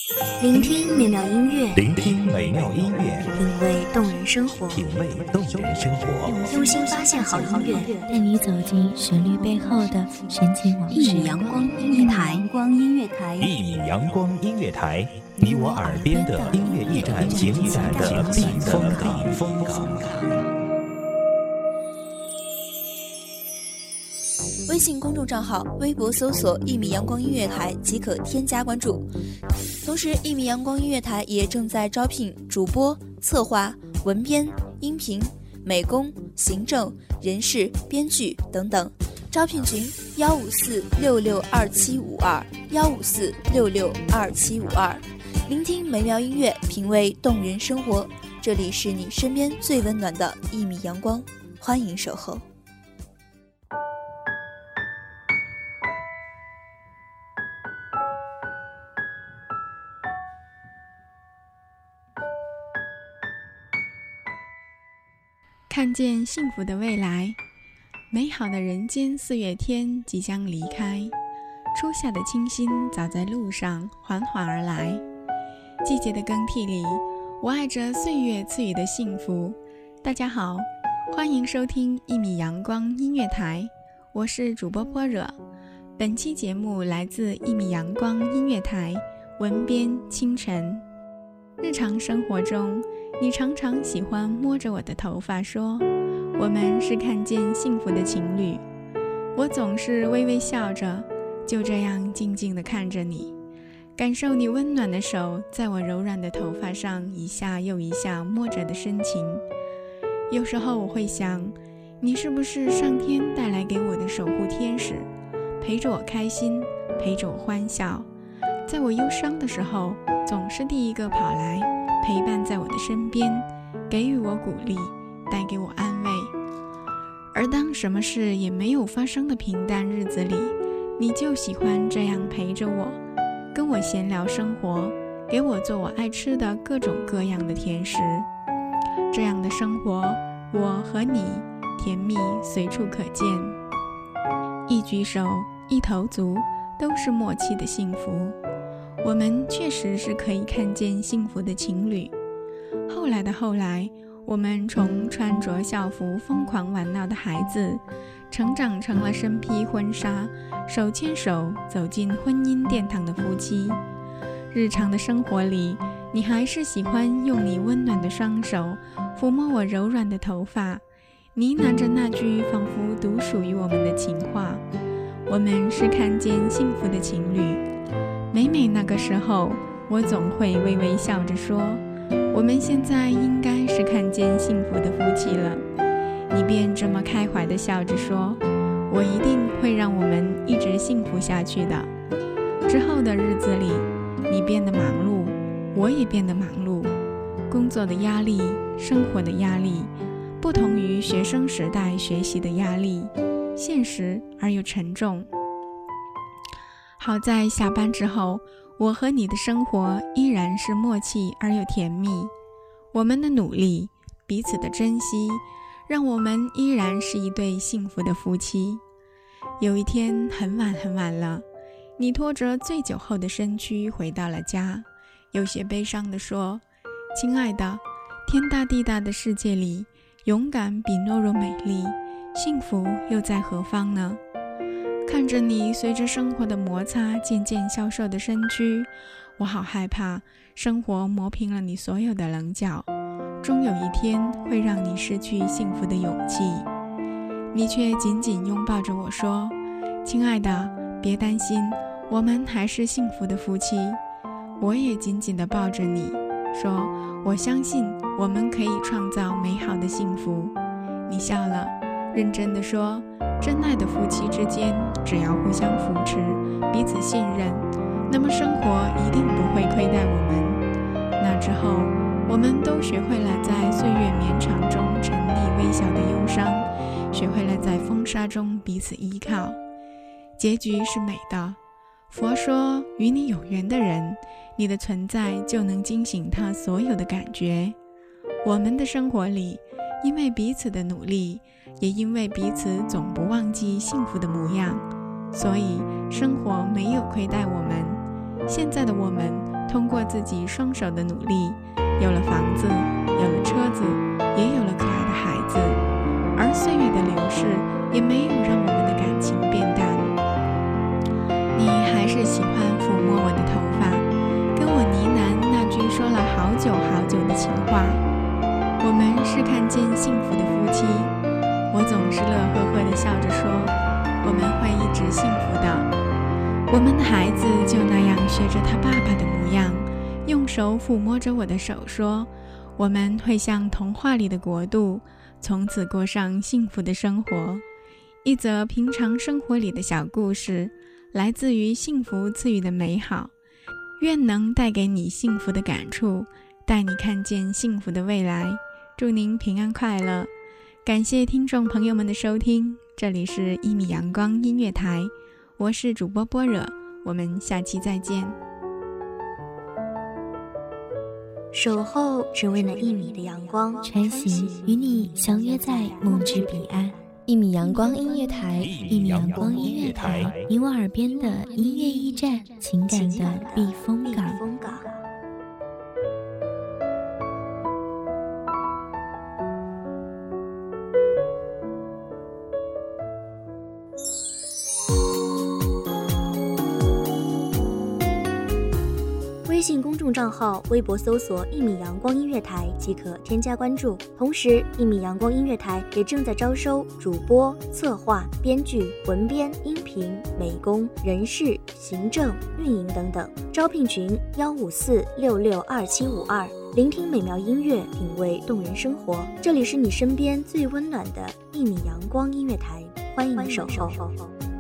聆听美妙音乐， 聆听美妙音乐， 品味动人生活， 品味动人生活， 用心发现好音乐， 带你走进旋律背后的深情往事。 一米阳光音乐台， 一米阳光音乐台，你我耳边的音乐驿站，情感的避风港。 微信公众账号、微博搜索“一米阳光音乐台”即可添加关注。同时，一米阳光音乐台也正在招聘主播、策划、文编、音频、美工、行政、人事、编剧等等。招聘群154662752，154662752。聆听美妙音乐，品味动人生活。这里是你身边最温暖的一米阳光，欢迎守候。 看见幸福的未来，美好的人间四月天即将离开，初夏的清新早在路上缓缓而来。季节的更替里，我爱着岁月赐予的幸福。大家好，欢迎收听一米阳光音乐台，我是主播波惹。本期节目来自一米阳光音乐台，文编清晨。日常生活中，你常常喜欢摸着我的头发说，我们是看见幸福的情侣。我总是微微笑着，就这样静静地看着你，感受你温暖的手在我柔软的头发上一下又一下摸着的深情。有时候我会想，你是不是上天带来给我的守护天使，陪着我开心，陪着我欢笑，在我忧伤的时候总是第一个跑来陪伴在我的身边，给予我鼓励，带给我安慰。而当什么事也没有发生的平淡日子里，你就喜欢这样陪着我，跟我闲聊生活，给我做我爱吃的各种各样的甜食。这样的生活，我和你甜蜜随处可见，一举手一投足都是默契的幸福。我们确实是可以看见幸福的情侣。后来的后来，我们从穿着校服疯狂玩闹的孩子，成长成了身披婚纱，手牵手走进婚姻殿堂的夫妻。日常的生活里，你还是喜欢用你温暖的双手抚摸我柔软的头发，呢喃着那句仿佛独属于我们的情话。我们是看见幸福的情侣。每每那个时候，我总会微微笑着说，我们现在应该是看见幸福的夫妻了。你便这么开怀地笑着说，我一定会让我们一直幸福下去的。之后的日子里，你变得忙碌，我也变得忙碌，工作的压力，生活的压力，不同于学生时代学习的压力，现实而又沉重。好在下班之后，我和你的生活依然是默契而又甜蜜。我们的努力，彼此的珍惜，让我们依然是一对幸福的夫妻。有一天很晚很晚了，你拖着醉酒后的身躯回到了家，有些悲伤地说，亲爱的，天大地大的世界里，勇敢比懦弱美丽，幸福又在何方呢？看着你随着生活的摩擦渐渐消瘦的身躯，我好害怕生活磨平了你所有的棱角，终有一天会让你失去幸福的勇气。你却紧紧拥抱着我说，亲爱的，别担心，我们还是幸福的夫妻。我也紧紧地抱着你说，我相信我们可以创造美好的幸福。你笑了，认真地说，真爱的夫妻之间，只要互相扶持，彼此信任，那么生活一定不会亏待我们。那之后，我们都学会了在岁月绵长中沉溺微小的忧伤，学会了在风沙中彼此依靠。结局是美的。佛说，与你有缘的人，你的存在就能惊醒他所有的感觉。我们的生活里，因为彼此的努力，也因为彼此总不忘记幸福的模样，所以生活没有亏待我们， 现在的我们通过自己双手的努力，有了房子，有了车子，也有了可爱的孩子，而岁月的流逝也没有让我们的感情变淡。你还是喜欢抚摸我的头发，跟我呢喃那句说了好久好久的情话。我们是看见幸福的夫妻，我总是乐呵呵地笑着说，我们会一直幸福的。我们的孩子就那样学着他爸爸的模样，用手抚摸着我的手说，我们会像童话里的国度，从此过上幸福的生活。一则平常生活里的小故事，来自于幸福赐予的美好，愿能带给你幸福的感触，带你看见幸福的未来。祝您平安快乐。感谢听众朋友们的收听，这里是1米阳光音乐台，我是主播般若，我们下期再见。 守候只为那1米的阳光， 穿行与你相约在梦之彼岸。1米阳光音乐台，1米阳光音乐台，你我耳边的音乐驿站，情感的避风港。 微信公众账号、微博搜索1米阳光音乐台即可添加关注。同时，1米阳光音乐台也正在招收主播、策划、编剧、文编、音频、美工、人事、行政、运营等等。招聘群154662752。聆听美妙音乐，品味动人生活。这里是你身边最温暖的1米阳光音乐台，欢迎你守候。